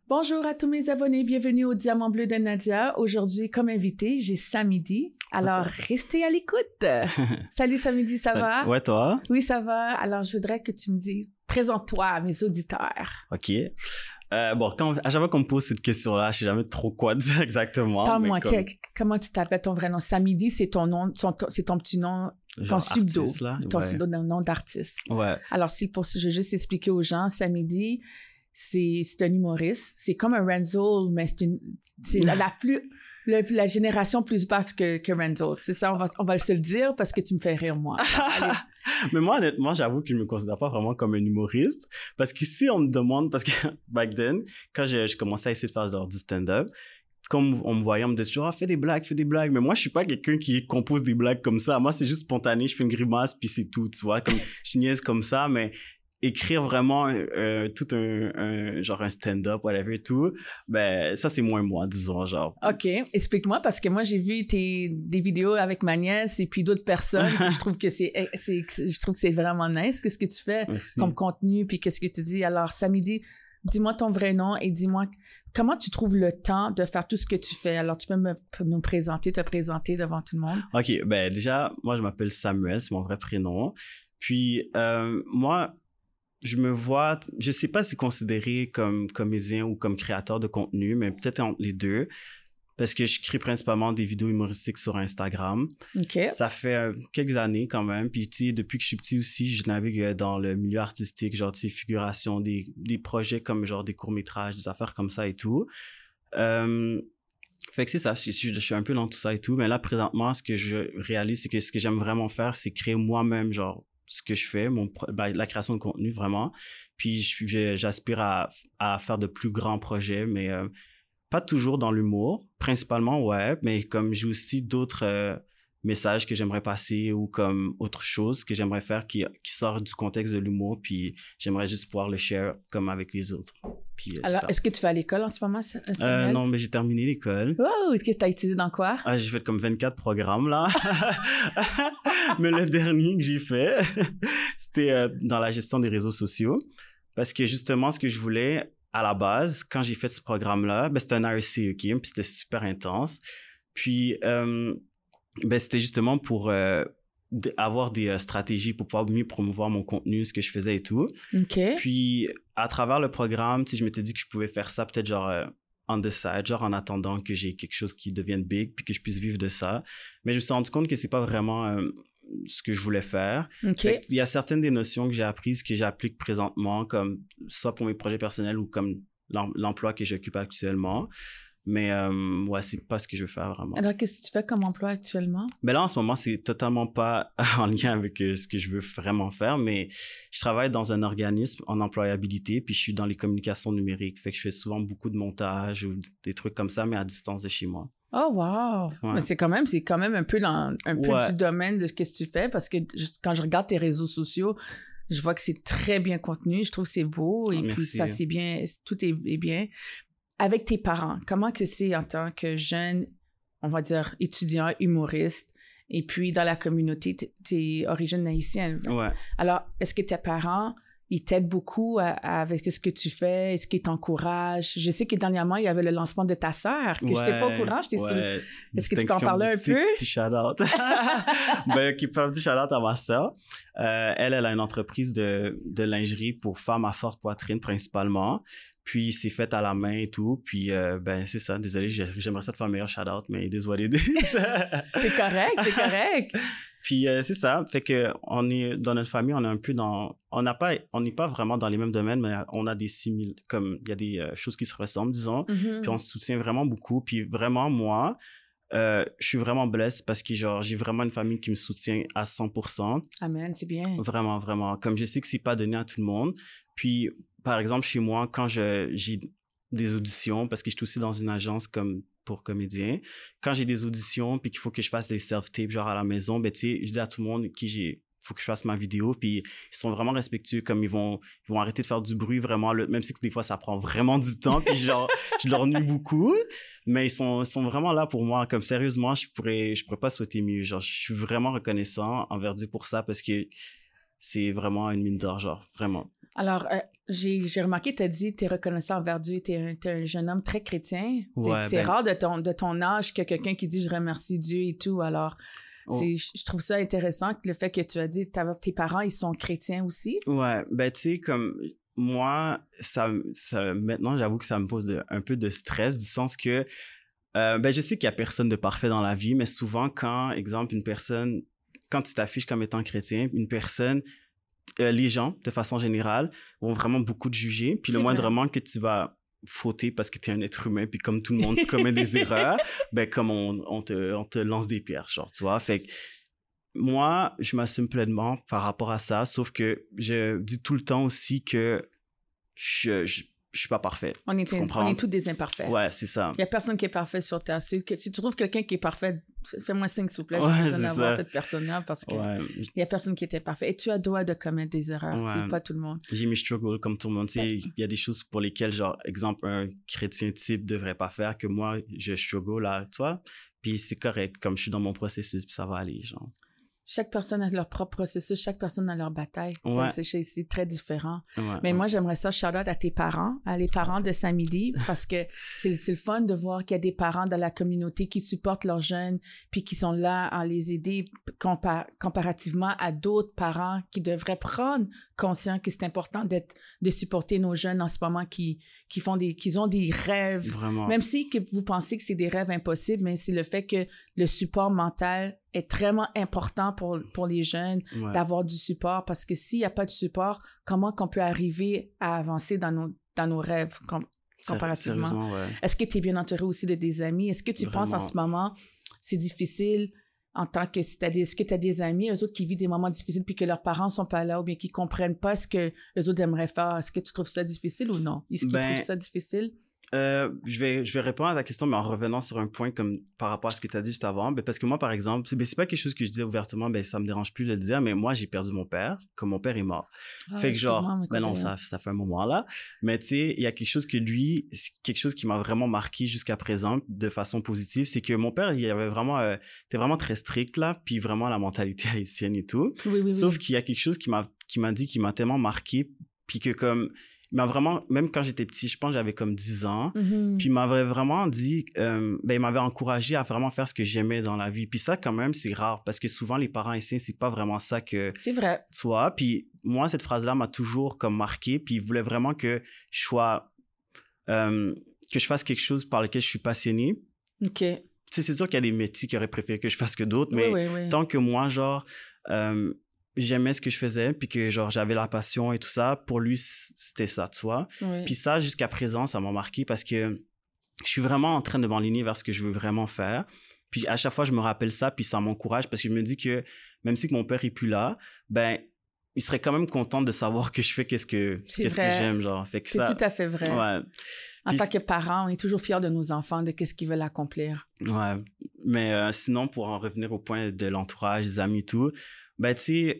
Bonjour à tous mes abonnés, bienvenue au Diamant Bleu de Nadia. Aujourd'hui, comme invité, j'ai Samidi. Alors, restez à l'écoute. Salut Samidi, ça va? Ouais, toi? Oui, ça va. Alors, je voudrais que tu me dises, présente-toi à mes auditeurs. OK. Bon, à chaque fois qu'on me pose cette question-là, je sais jamais trop quoi dire exactement. Parle-moi, comment tu t'appelles ton vrai nom? Samidi, c'est ton nom, c'est ton petit nom, ton pseudo, ton pseudo, nom d'artiste. Ouais. Alors, je vais juste expliquer aux gens, Samidi, c'est un humoriste. C'est comme un Renzo, mais c'est la génération plus basse que Renzo. C'est ça, on va se le dire parce que tu me fais rire, moi. Mais moi, honnêtement, j'avoue que je me considère pas vraiment comme un humoriste. Parce que si on me demande, parce que back then, quand je commençais à essayer de faire genre du stand-up, comme on me voyait, on me disait toujours, fais des blagues. Mais moi, je suis pas quelqu'un qui compose des blagues comme ça. Moi, c'est juste spontané, je fais une grimace, puis c'est tout, tu vois. Comme, je niaise comme ça, mais écrire vraiment tout un stand-up, whatever et tout, ben, ça, c'est moins moi, disons, genre. OK. Explique-moi, parce que moi, j'ai vu des vidéos avec ma nièce et puis d'autres personnes, puis je trouve que c'est vraiment nice. Qu'est-ce que tu fais comme contenu, puis qu'est-ce que tu dis? Alors, Samidi, dis-moi ton vrai nom et dis-moi comment tu trouves le temps de faire tout ce que tu fais. Alors, tu peux te présenter devant tout le monde? OK. Ben, déjà, moi, je m'appelle Samuel, c'est mon vrai prénom. Puis, moi, je sais pas si considéré comme comédien ou comme créateur de contenu, mais peut-être entre les deux, parce que je crée principalement des vidéos humoristiques sur Instagram. OK. Ça fait quelques années quand même, puis tu sais, depuis que je suis petit aussi, je navigue dans le milieu artistique, genre, tu sais, figuration, des projets comme genre des courts-métrages, des affaires comme ça et tout. Fait que c'est ça, je suis un peu dans tout ça et tout, mais là, présentement, ce que je réalise, c'est que ce que j'aime vraiment faire, c'est créer moi-même, genre, ce que je fais, la création de contenu, vraiment. Puis j'aspire à faire de plus grands projets, mais pas toujours dans l'humour. Principalement, ouais, mais comme j'ai aussi d'autres messages que j'aimerais passer ou comme autre chose que j'aimerais faire qui sort du contexte de l'humour, puis j'aimerais juste pouvoir le share comme avec les autres. Puis, alors, est-ce que tu vas à l'école en ce moment, Samuel? Non, mais j'ai terminé l'école. Oh, qu'est-ce que tu as étudié dans quoi? Ah, j'ai fait comme 24 programmes, là. Mais le dernier que j'ai fait, c'était dans la gestion des réseaux sociaux. Parce que justement, ce que je voulais, à la base, quand j'ai fait ce programme-là, ben, c'était un RC, OK? Puis c'était super intense. Puis, ben, c'était justement pour avoir des stratégies pour pouvoir mieux promouvoir mon contenu, ce que je faisais et tout. OK. Puis, à travers le programme, tu sais, je m'étais dit que je pouvais faire ça peut-être genre on the side, genre en attendant que j'ai quelque chose qui devienne big puis que je puisse vivre de ça. Mais je me suis rendu compte que c'est pas vraiment ce que je voulais faire. Okay. Il y a certaines des notions que j'ai apprises que j'applique présentement, comme soit pour mes projets personnels ou comme l'emploi que j'occupe actuellement. Mais ouais, c'est pas ce que je veux faire vraiment. Alors, qu'est-ce que tu fais comme emploi actuellement? Ben là, en ce moment, c'est totalement pas en lien avec ce que je veux vraiment faire, mais je travaille dans un organisme en employabilité, puis je suis dans les communications numériques. Fait que je fais souvent beaucoup de montage ou des trucs comme ça, mais à distance de chez moi. Oh, wow! Ouais. Mais c'est quand même un peu du domaine de ce que tu fais, parce que quand je regarde tes réseaux sociaux, je vois que c'est très bien contenu, je trouve que c'est beau, et puis ça, c'est bien, tout est bien. Avec tes parents, comment que c'est en tant que jeune, on va dire, étudiant, humoriste, et puis dans la communauté, t'es origine haïtienne. Ouais. Alors, est-ce que tes parents, ils t'aident beaucoup avec ce que tu fais? Est-ce qu'ils t'encouragent? Je sais que dernièrement, il y avait le lancement de ta sœur, que je n'étais pas au courant. Est-ce que tu peux en parler un peu? Petit shout-out. Ben, qui fait un petit shout-out à ma sœur. Elle a une entreprise de lingerie pour femmes à forte poitrine, principalement. Puis, c'est fait à la main et tout. Puis, ben, c'est ça. Désolé, j'aimerais ça te faire un meilleur shout-out, mais désolé. C'est correct. Puis, c'est ça. Fait que, dans notre famille, on est un peu on n'est pas vraiment dans les mêmes domaines, mais on a comme, il y a des choses qui se ressemblent, disons. Mm-hmm. Puis, on se soutient vraiment beaucoup. Puis, vraiment, moi, je suis vraiment blessé parce que, genre, j'ai vraiment une famille qui me soutient à 100%. Amen, c'est bien. Vraiment, vraiment. Comme je sais que c'est pas donné à tout le monde. Puis, par exemple, chez moi, quand j'ai des auditions, parce que je suis aussi dans une agence comme pour comédien, quand j'ai des auditions puis qu'il faut que je fasse des self-tapes genre à la maison, ben tu sais, je dis à tout le monde faut que je fasse ma vidéo, puis ils sont vraiment respectueux, comme ils vont arrêter de faire du bruit vraiment, même si des fois ça prend vraiment du temps, puis genre je leur nuis beaucoup, mais ils sont vraiment là pour moi, comme sérieusement, je pourrais pas souhaiter mieux, genre je suis vraiment reconnaissant envers Dieu pour ça, parce que c'est vraiment une mine d'or, genre, vraiment. Alors, j'ai remarqué, tu as dit, tu es reconnaissant envers Dieu, tu es un jeune homme très chrétien. C'est rare de ton âge que quelqu'un qui dit « je remercie Dieu » et tout. Alors, je trouve ça intéressant, le fait que tu as dit tes parents, ils sont chrétiens aussi. Ouais, ben tu sais, comme moi, ça maintenant, j'avoue que ça me pose un peu de stress, du sens que, ben je sais qu'il y a personne de parfait dans la vie, mais souvent quand, exemple, quand tu t'affiches comme étant chrétien, une personne... les gens, de façon générale, vont vraiment beaucoup te juger. Puis le moindrement que tu vas fauter parce que tu es un être humain, puis comme tout le monde, tu commets des erreurs, ben comme on te lance des pierres, genre, tu vois. Fait que moi, je m'assume pleinement par rapport à ça, sauf que je dis tout le temps aussi que je suis pas parfait. On est tous des imparfaits. Ouais, c'est ça. Il y a personne qui est parfait sur Terre. Si tu trouves quelqu'un qui est parfait, fais-moi signe, s'il vous plaît. Ouais, je vais avoir cette personne-là parce que il y a personne qui était parfait. Et tu as droit de commettre des erreurs. Ouais. C'est pas tout le monde. J'ai mes struggles comme tout le monde. Il y a des choses pour lesquelles, genre, exemple, un chrétien type devrait pas faire que moi, je struggle là, tu vois. Puis c'est correct, comme je suis dans mon processus, puis ça va aller, genre. Chaque personne a leur propre processus, chaque personne a leur bataille. Ouais. C'est très différent. Ouais, mais moi, j'aimerais ça shout-out à tes parents, à les parents de Samedi, parce que c'est le fun de voir qu'il y a des parents dans la communauté qui supportent leurs jeunes, puis qui sont là à les aider comparativement à d'autres parents qui devraient prendre conscience que c'est important de supporter nos jeunes en ce moment qui ont des rêves. Vraiment. Même si que vous pensez que c'est des rêves impossibles, mais c'est le fait que le support mental est vraiment important pour les jeunes d'avoir du support, parce que s'il n'y a pas de support, comment qu'on peut arriver à avancer dans nos rêves comparativement? Est-ce que tu es bien entouré aussi de des amis? Est-ce que tu penses en ce moment c'est difficile en tant que est-ce que tu as des amis, eux autres qui vivent des moments difficiles puis que leurs parents sont pas là ou bien qui comprennent pas ce que eux autres aimeraient faire? Est-ce que tu trouves ça difficile ou non? Est-ce qu'ils trouvent ça difficile? Je vais répondre à ta question, mais en revenant sur un point comme par rapport à ce que tu as dit juste avant, parce que moi, par exemple, c'est pas quelque chose que je disais ouvertement, ça me dérange plus de le dire, mais moi, j'ai perdu mon père, comme mon père est mort. Fait que genre, non, ça fait un moment là, mais tu sais, il y a quelque chose que lui, quelque chose qui m'a vraiment marqué jusqu'à présent de façon positive, c'est que mon père, il avait vraiment, était vraiment très strict là, puis vraiment la mentalité haïtienne et tout. Sauf qu'il y a quelque chose qui m'a dit, qui m'a tellement marqué, puis que comme il m'a vraiment, même quand j'étais petit, je pense que j'avais comme 10 ans, puis il m'avait vraiment dit, il m'avait encouragé à vraiment faire ce que j'aimais dans la vie. Puis ça, quand même, c'est rare, parce que souvent, les parents haïtiens, c'est pas vraiment ça que... C'est vrai. Tu vois, puis moi, cette phrase-là m'a toujours comme marqué, puis il voulait vraiment que je sois... que je fasse quelque chose par lequel je suis passionné. OK. Tu sais, c'est sûr qu'il y a des métiers qui auraient préféré que je fasse que d'autres, mais tant que moi, genre... j'aimais ce que je faisais, puis que genre j'avais la passion et tout ça, pour lui c'était ça, tu vois. Puis ça, jusqu'à présent, ça m'a marqué parce que je suis vraiment en train de m'enligner vers ce que je veux vraiment faire. Puis à chaque fois, je me rappelle ça, puis ça m'encourage parce que je me dis que même si que mon père est plus là, il serait quand même content de savoir que je fais qu'est-ce que j'aime, genre. Fait que c'est tout à fait vrai. Ouais. En tant que parents, on est toujours fiers de nos enfants, de qu'est-ce qu'ils veulent accomplir. Ouais. Mais sinon, pour en revenir au point de l'entourage, des amis et tout, tu sais,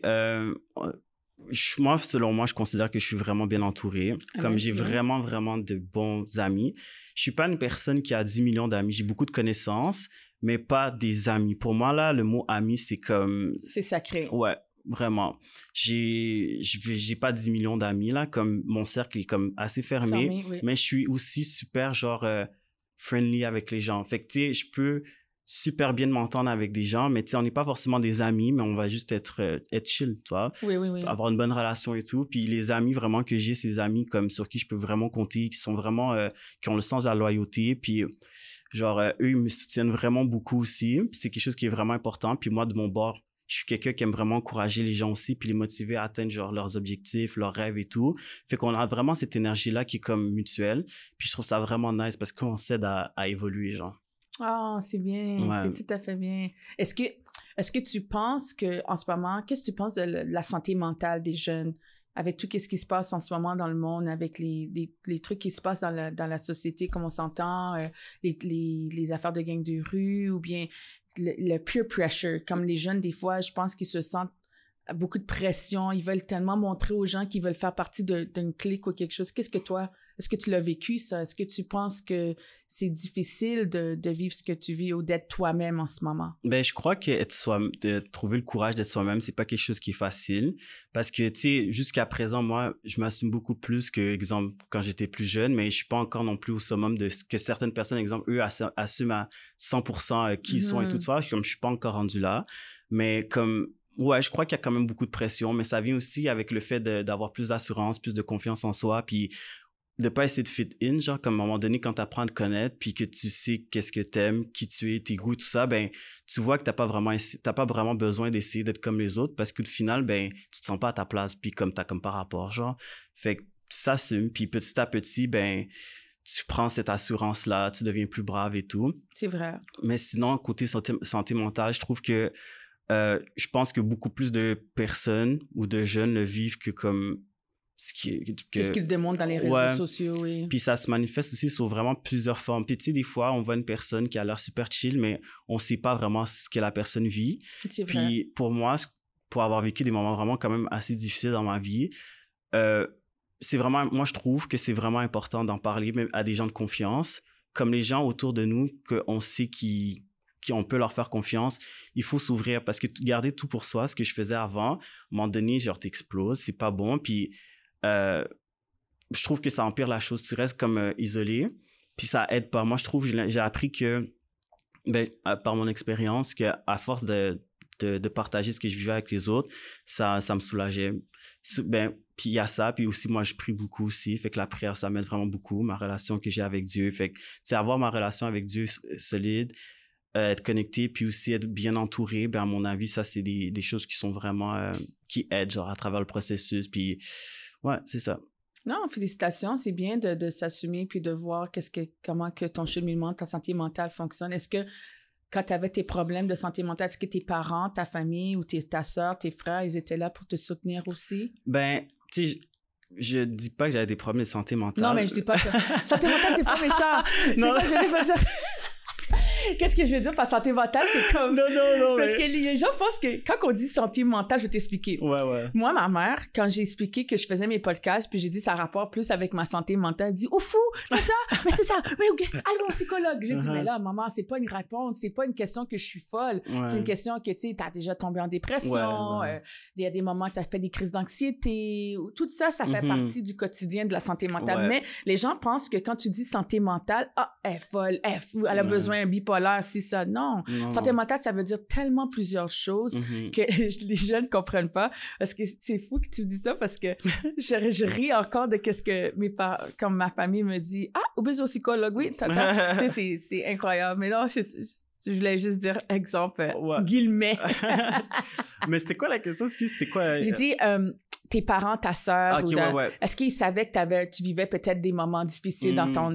moi, selon moi, je considère que je suis vraiment bien entouré. Comme j'ai vraiment, vraiment de bons amis. Je suis pas une personne qui a 10 millions d'amis. J'ai beaucoup de connaissances, mais pas des amis. Pour moi, là, le mot ami, c'est comme... C'est sacré. Ouais, vraiment. J'ai pas 10 millions d'amis, là. Comme mon cercle est comme assez fermé. Mais je suis aussi super, genre, friendly avec les gens. Fait que, tu sais, je peux... super bien de m'entendre avec des gens, mais tu sais, on n'est pas forcément des amis, mais on va juste être chill, tu vois. Oui. Avoir une bonne relation et tout. Puis les amis vraiment que j'ai, c'est des amis comme sur qui je peux vraiment compter, qui sont vraiment, qui ont le sens de la loyauté. Puis genre, eux, ils me soutiennent vraiment beaucoup aussi. Puis c'est quelque chose qui est vraiment important. Puis moi, de mon bord, je suis quelqu'un qui aime vraiment encourager les gens aussi, puis les motiver à atteindre genre leurs objectifs, leurs rêves et tout. Fait qu'on a vraiment cette énergie-là qui est comme mutuelle. Puis je trouve ça vraiment nice parce qu'on s'aide à évoluer, genre. Ah, c'est bien, c'est tout à fait bien. Est-ce que tu penses que en ce moment, qu'est-ce que tu penses de la santé mentale des jeunes avec tout ce qui se passe en ce moment dans le monde, avec les trucs qui se passent dans la société, comme on s'entend, les affaires de gangs de rue ou bien le peer pressure, comme les jeunes, des fois, je pense qu'ils se sentent beaucoup de pression, ils veulent tellement montrer aux gens qu'ils veulent faire partie d'une clique ou quelque chose. Qu'est-ce que toi, Est-ce que tu l'as vécu, ça? Est-ce que tu penses que c'est difficile de vivre ce que tu vis ou d'être toi-même en ce moment? Ben, je crois que de trouver le courage d'être soi-même, c'est pas quelque chose qui est facile. Parce que, tu sais, jusqu'à présent, moi, je m'assume beaucoup plus que, exemple, quand j'étais plus jeune, mais je suis pas encore non plus au summum de ce que certaines personnes, exemple, eux, assument à 100% qui ils sont et tout ça. Comme je suis pas encore rendu là. Mais comme, ouais, je crois qu'il y a quand même beaucoup de pression, mais ça vient aussi avec le fait d'avoir plus d'assurance, plus de confiance en soi, puis de pas essayer de fit in, genre, comme à un moment donné, quand tu apprends à te connaître, puis que tu sais qu'est-ce que t'aimes, qui tu es, tes goûts, tout ça, ben, tu vois que t'as pas vraiment besoin d'essayer d'être comme les autres, parce qu'au final, ben, tu te sens pas à ta place, puis comme t'as comme par rapport, genre. Fait que tu s'assumes, puis petit à petit, ben, tu prends cette assurance-là, tu deviens plus brave et tout. C'est vrai. Mais sinon, côté santé mentale, je trouve que je pense que beaucoup plus de personnes ou de jeunes le vivent que comme qu'est-ce qu'ils démontrent dans les réseaux sociaux, oui. Puis ça se manifeste aussi sur vraiment plusieurs formes. Puis tu sais, des fois, on voit une personne qui a l'air super chill, mais on sait pas vraiment ce que la personne vit. C'est vrai. Puis pour moi, pour avoir vécu des moments vraiment quand même assez difficiles dans ma vie, c'est vraiment, moi je trouve que c'est vraiment important d'en parler même à des gens de confiance, comme les gens autour de nous qu'on sait qu'on peut leur faire confiance, il faut s'ouvrir parce que garder tout pour soi, ce que je faisais avant, à un moment donné, genre t'exploses, c'est pas bon, puis je trouve que ça empire la chose, tu restes comme isolé, puis ça aide pas. Moi, je trouve, j'ai appris que, ben, par mon expérience, qu'à force de partager ce que je vivais avec les autres, ça me soulageait. Ben, puis il y a ça, puis aussi, moi, je prie beaucoup aussi, fait que la prière, ça m'aide vraiment beaucoup, ma relation que j'ai avec Dieu, fait que, tu sais, avoir ma relation avec Dieu solide, être connecté, puis aussi être bien entouré, ben à mon avis, ça, c'est des choses qui sont vraiment, qui aident, genre, à travers le processus, puis ouais, c'est ça. Non, félicitations, c'est bien de s'assumer puis de voir comment que ton cheminement, ta santé mentale fonctionne. Est-ce que quand tu avais tes problèmes de santé mentale, est-ce que tes parents, ta famille ou ta soeur, tes frères, ils étaient là pour te soutenir aussi? Ben, tu sais, je dis pas que j'avais des problèmes de santé mentale. Non, mais je dis pas que... santé mentale, c'est pas méchant. Non, je vais pas dire... Qu'est-ce que je veux dire par santé mentale? C'est comme... Non. Parce que les gens pensent que quand on dit santé mentale, je vais t'expliquer. Ouais. Moi, ma mère, quand j'ai expliqué que je faisais mes podcasts, puis j'ai dit ça rapporte plus avec ma santé mentale, elle dit « Oh fou! Mais c'est ça! Mais OK, allons au psychologue! » J'ai dit « Mais là, maman, c'est pas une réponse, c'est pas une question que je suis folle. C'est une question que, tu sais, t'as déjà tombé en dépression, il y a des moments où t'as fait des crises d'anxiété. Tout ça, ça fait partie du quotidien de la santé mentale. Mais les gens pensent que quand tu dis santé mentale, elle est folle, elle est fou, elle a besoin d'un bipolaire, si ça. Non. Santé mentale, ça veut dire tellement plusieurs choses que les jeunes ne comprennent pas. Parce que c'est fou que tu dis ça parce que je ris encore de qu'est-ce que comme ma famille me dit. Ah, au besoin au psychologue, oui. Tu sais, c'est incroyable. Mais non, je voulais juste dire exemple, guillemets. Mais c'était quoi la question? C'était quoi? J'ai dit... tes parents, ta sœur, ouais. Est-ce qu'ils savaient que tu vivais peut-être des moments difficiles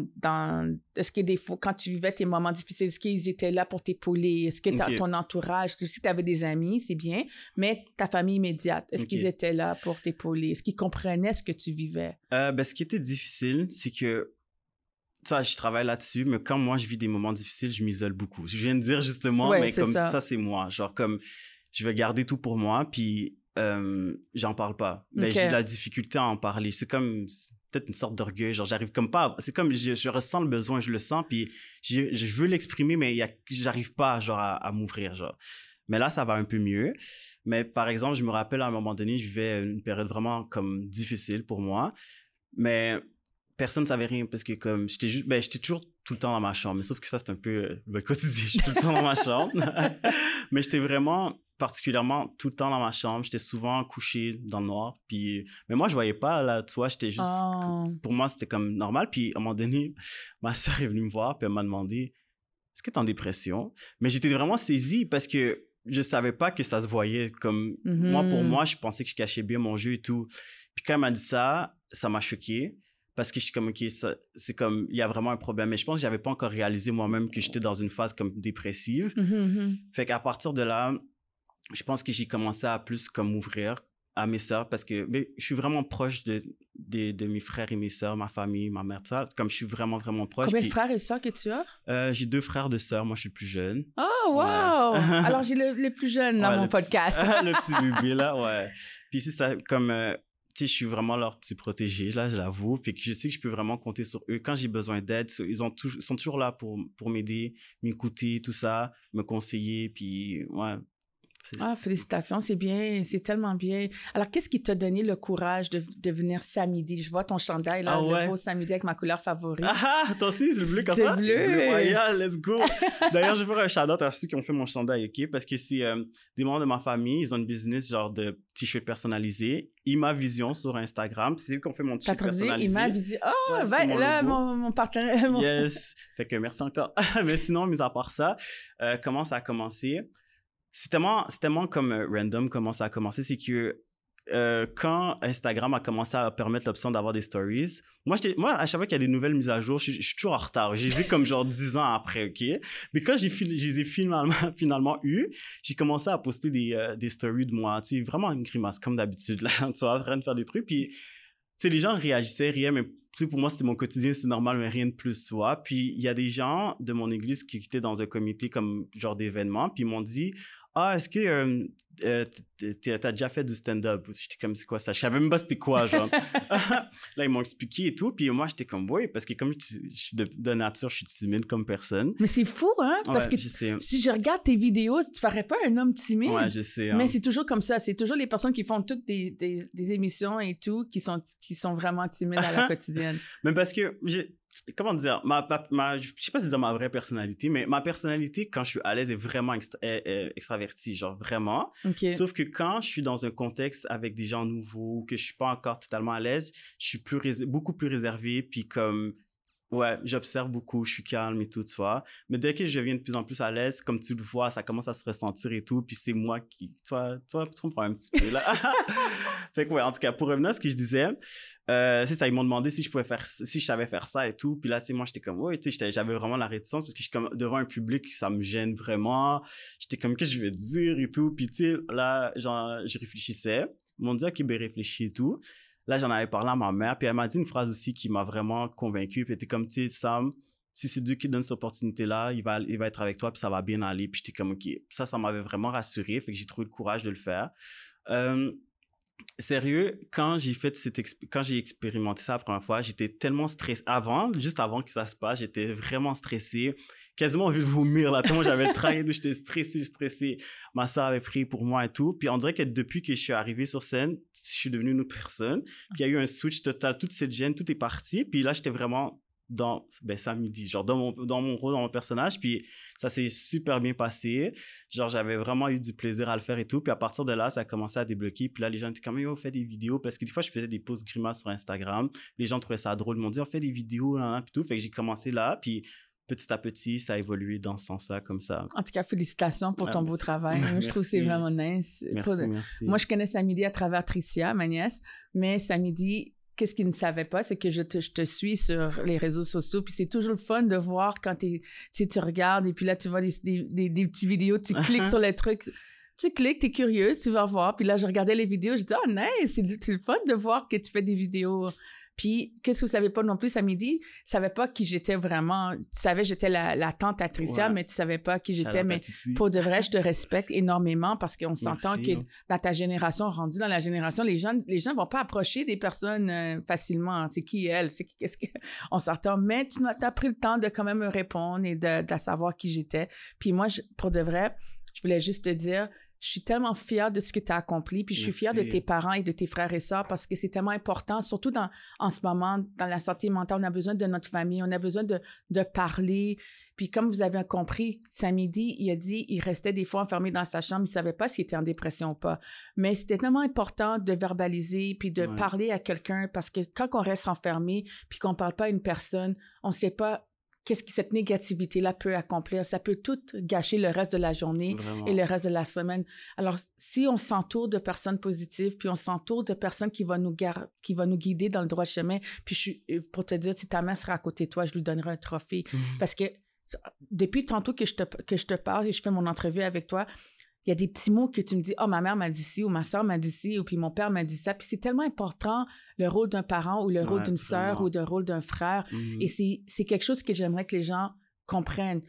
est-ce que des fois, quand tu vivais tes moments difficiles, est-ce qu'ils étaient là pour t'épauler? Est-ce que ton entourage, si tu avais des amis, c'est bien, mais ta famille immédiate, est-ce qu'ils étaient là pour t'épauler? Est-ce qu'ils comprenaient ce que tu vivais? Ben, ce qui était difficile, c'est que ça, je travaille là-dessus, mais quand moi, je vis des moments difficiles, je m'isole beaucoup. Je viens de dire justement, mais comme ça, c'est moi. Genre comme, je vais garder tout pour moi, puis j'en parle pas. Ben, j'ai de la difficulté à en parler. C'est comme peut-être une sorte d'orgueil. Genre, j'arrive comme pas... C'est comme je ressens le besoin, je le sens, puis je veux l'exprimer, mais j'arrive pas, genre, à m'ouvrir, genre. Mais là, ça va un peu mieux. Mais par exemple, je me rappelle à un moment donné, je vivais une période vraiment comme difficile pour moi. Mais personne ne savait rien parce que comme j'étais toujours tout le temps dans ma chambre. Mais sauf que ça, c'est un peu le quotidien. Je suis tout le temps dans ma chambre. Mais j'étais vraiment particulièrement tout le temps dans ma chambre. J'étais souvent couché dans le noir. Mais moi, je voyais pas, là, tu vois, j'étais juste... Pour moi, c'était comme normal. Puis à un moment donné, ma soeur est venue me voir puis elle m'a demandé « Est-ce que t'es en dépression? » Mais j'étais vraiment saisie parce que je savais pas que ça se voyait. Comme moi, pour moi, je pensais que je cachais bien mon jeu et tout. Puis quand elle m'a dit ça, ça m'a choqué. Parce que je suis comme, OK, c'est comme, il y a vraiment un problème. Mais je pense que j'avais pas encore réalisé moi-même que j'étais dans une phase comme dépressive. Fait qu'à partir de là, je pense que j'ai commencé à plus comme m'ouvrir à mes sœurs parce que je suis vraiment proche de mes frères et mes sœurs, ma famille, ma mère, tout ça. Comme je suis vraiment, vraiment proche. Combien de frères et sœurs que tu as? J'ai 2 frères, 2 sœurs. Moi, je suis le plus jeune. Oh, wow! Ouais. Alors, j'ai le plus jeune dans mon podcast. Le petit bébé, là, ouais. Puis c'est ça, comme... tu sais, je suis vraiment leur petit protégé, là, je l'avoue. Puis que je sais que je peux vraiment compter sur eux. Quand j'ai besoin d'aide, ils sont toujours là pour m'aider, m'écouter, tout ça, me conseiller. Puis, ouais. Ah, félicitations, c'est bien, c'est tellement bien. Alors, qu'est-ce qui t'a donné le courage de venir samedi? Je vois ton chandail, là, le beau samedi avec ma couleur favorite. Ah, toi aussi, c'est le bleu comme ça? C'est bleu. Royal, let's go. D'ailleurs, je vais faire un shout-out à ceux qui ont fait mon chandail, OK? Parce que c'est des membres de ma famille, ils ont une business genre de t-shirt personnalisé. Imavision sur Instagram, c'est eux qui ont fait mon t-shirt personnalisé. Imavision. Oh, ouais, là, mon partenaire. Yes. Fait que merci encore. Mais sinon, mis à part ça, comment ça a commencé? C'est tellement comme random comment ça a commencé, c'est que quand Instagram a commencé à permettre l'option d'avoir des stories, moi à chaque fois qu'il y a des nouvelles mises à jour, je suis toujours en retard. J'ai vu comme genre 10 ans après, OK? Mais quand je les ai finalement eu, j'ai commencé à poster des stories de moi, tu sais, vraiment une grimace, comme d'habitude, là, tu vois, en train de faire des trucs, puis, tu sais, les gens réagissaient, riaient, mais tu sais, pour moi, c'était mon quotidien, c'est normal, mais rien de plus, tu vois. Puis, il y a des gens de mon église qui étaient dans un comité comme genre d'événement, puis ils m'ont dit... Ah, est-ce que t'as déjà fait du stand-up? J'étais comme, c'est quoi ça? Je savais même pas c'était quoi, genre. Là, ils m'ont expliqué et tout. Puis moi, j'étais comme, oui, parce que comme je suis de nature, je suis timide comme personne. Mais c'est fou, hein? Parce que si je regarde tes vidéos, tu ferais pas un homme timide. Ouais, je sais. Hein. Mais c'est toujours comme ça. C'est toujours les personnes qui font toutes des émissions et tout qui sont vraiment timides à la quotidienne. Mais parce que comment dire, je sais pas si dire ma vraie personnalité, mais ma personnalité, quand je suis à l'aise, est vraiment extravertie, genre vraiment. Okay. Sauf que quand je suis dans un contexte avec des gens nouveaux, que je suis pas encore totalement à l'aise, je suis beaucoup plus réservé, puis comme... Ouais, j'observe beaucoup, je suis calme et tout, tu vois. Mais dès que je deviens de plus en plus à l'aise, comme tu le vois, ça commence à se ressentir et tout. Puis c'est moi qui... Tu comprends un petit peu, là. Fait que ouais, en tout cas, pour revenir à ce que je disais, c'est ça, ils m'ont demandé si je savais faire ça et tout. Puis là, tu sais, moi, j'étais comme, ouais, tu sais, j'avais vraiment la réticence parce que je suis comme devant un public, ça me gêne vraiment. J'étais comme, qu'est-ce que je vais dire et tout. Puis tu sais, là, genre, je réfléchissais. Ils m'ont dit, OK, ben réfléchis et tout. Là, j'en avais parlé à ma mère, puis elle m'a dit une phrase aussi qui m'a vraiment convaincu. Puis elle était comme, tu sais, Sam, si c'est Dieu qui donne cette opportunité-là, il va être avec toi, puis ça va bien aller. Puis j'étais comme, OK, ça m'avait vraiment rassuré, fait que j'ai trouvé le courage de le faire. Sérieux, quand j'ai expérimenté ça la première fois, j'étais tellement stressé. Juste avant que ça se passe, j'étais vraiment stressé. Quasiment envie de vomir, là. Tellement j'avais travaillé, j'étais stressé. Ma soeur avait prié pour moi et tout. Puis on dirait que depuis que je suis arrivé sur scène, je suis devenu une autre personne. Puis il y a eu un switch total. Toute cette gêne, tout est parti. Puis là, j'étais vraiment samedi, genre dans mon rôle, dans mon personnage. Puis ça s'est super bien passé. Genre, j'avais vraiment eu du plaisir à le faire et tout. Puis à partir de là, ça a commencé à débloquer. Puis là, les gens étaient comme, on fait des vidéos. Parce que des fois, je faisais des posts grimaces sur Instagram. Les gens trouvaient ça drôle. Ils m'ont dit, on fait des vidéos, là, puis tout. Fait que j'ai commencé là. Puis petit à petit, ça a évolué dans ce sens-là, comme ça. En tout cas, félicitations pour ton beau travail. Moi, je trouve que c'est vraiment nice. Merci. Moi, je connais Samidi à travers Tricia, ma nièce. Mais Samidi, qu'est-ce qu'il ne savait pas, c'est que je te suis sur les réseaux sociaux, puis c'est toujours le fun de voir quand tu regardes, et puis là, tu vois des petites vidéos, tu cliques sur les trucs, tu cliques, t'es curieuse, tu vas voir, puis là, je regardais les vidéos, je dis « Oh, nice, c'est le fun de voir que tu fais des vidéos. » Puis, qu'est-ce que vous savez pas non plus, Samidi? Tu savais pas qui j'étais vraiment. Tu savais j'étais la tante à Tricia, mais tu savais pas qui j'étais. Mais pour de vrai, je te respecte énormément parce qu'on s'entend que dans ta génération, rendu dans la génération, les gens vont pas approcher des personnes facilement. Tu sais, qui elle? Qu'est-ce que... On s'entend. Mais tu as pris le temps de quand même me répondre et de savoir qui j'étais. Puis moi, pour de vrai, je voulais juste te dire... Je suis tellement fière de ce que tu as accompli, puis je suis fière de tes parents et de tes frères et sœurs parce que c'est tellement important, surtout en ce moment, dans la santé mentale, on a besoin de notre famille, on a besoin de parler. Puis comme vous avez compris, Samidi, il a dit il restait des fois enfermé dans sa chambre, il ne savait pas s'il était en dépression ou pas. Mais c'était tellement important de verbaliser puis de parler à quelqu'un parce que quand on reste enfermé puis qu'on ne parle pas à une personne, on ne sait pas qu'est-ce que cette négativité-là peut accomplir. Ça peut tout gâcher le reste de la journée et le reste de la semaine. Alors, si on s'entoure de personnes positives, puis on s'entoure de personnes qui vont nous guider dans le droit chemin, puis pour te dire, si ta mère sera à côté de toi, je lui donnerai un trophée. Parce que depuis tantôt que je te parle et je fais mon entrevue avec toi, il y a des petits mots que tu me dis « Oh, ma mère m'a dit ci » ou « Ma soeur m'a dit ci » ou « Puis mon père m'a dit ça ». Puis c'est tellement important, le rôle d'un parent ou le rôle d'une sœur ou le rôle d'un frère. Et c'est quelque chose que j'aimerais que les gens comprennent.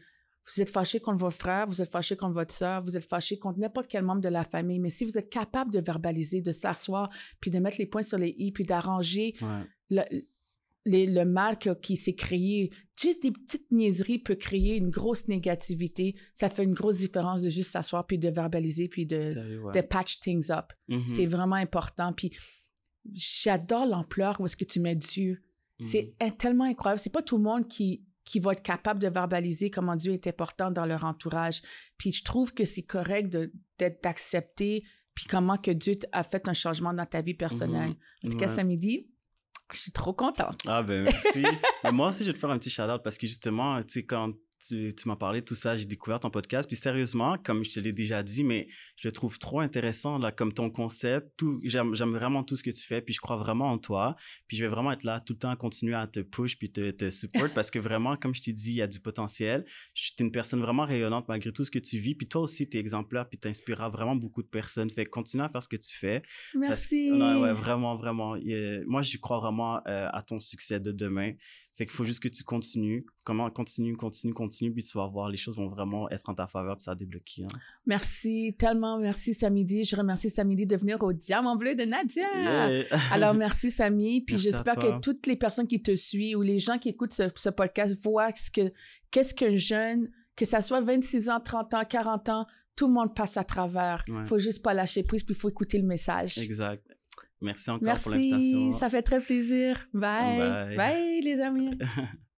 Vous êtes fâché contre votre frère, vous êtes fâché contre votre soeur, vous êtes fâché contre n'importe quel membre de la famille. Mais si vous êtes capable de verbaliser, de s'asseoir, puis de mettre les points sur les i, puis d'arranger le mal qui s'est créé, juste des petites niaiseries peut créer une grosse négativité. Ça fait une grosse différence de juste s'asseoir, puis de verbaliser, puis de patch things up. C'est vraiment important. Puis j'adore l'ampleur où est-ce que tu mets Dieu. C'est tellement incroyable. C'est pas tout le monde qui va être capable de verbaliser comment Dieu est important dans leur entourage. Puis je trouve que c'est correct d'accepter puis comment que Dieu a fait un changement dans ta vie personnelle. En tout cas, samedi, je suis trop contente. Ah ben merci. Moi aussi, je vais te faire un petit shout-out parce que justement, tu sais, quand tu m'as parlé de tout ça, j'ai découvert ton podcast. Puis sérieusement, comme je te l'ai déjà dit, mais je le trouve trop intéressant, là, comme ton concept. J'aime vraiment tout ce que tu fais, puis je crois vraiment en toi. Puis je vais vraiment être là tout le temps, continuer à te push, puis te support, parce que vraiment, comme je t'ai dit, il y a du potentiel. T'es une personne vraiment rayonnante malgré tout ce que tu vis. Puis toi aussi, t'es exemplaire, puis t'inspireras vraiment beaucoup de personnes. Fait continue à faire ce que tu fais. Merci. Ouais, vraiment, vraiment. Moi, j'y crois vraiment à ton succès de demain. Fait qu'il faut juste que tu continues. Continue, puis tu vas voir, les choses vont vraiment être en ta faveur, puis ça va débloquer. Hein. Merci, tellement merci, Samidi. Je remercie Samidi de venir au Diamant Bleu de Nadia. Yeah. Alors, merci, Sami. Puis j'espère que toutes les personnes qui te suivent ou les gens qui écoutent ce podcast voient qu'est-ce qu'un jeune, que ça soit 26 ans, 30 ans, 40 ans, tout le monde passe à travers. Il faut juste pas lâcher prise, puis il faut écouter le message. Exact. Merci encore pour l'invitation. Merci, ça fait très plaisir. Bye. Bye, les amis.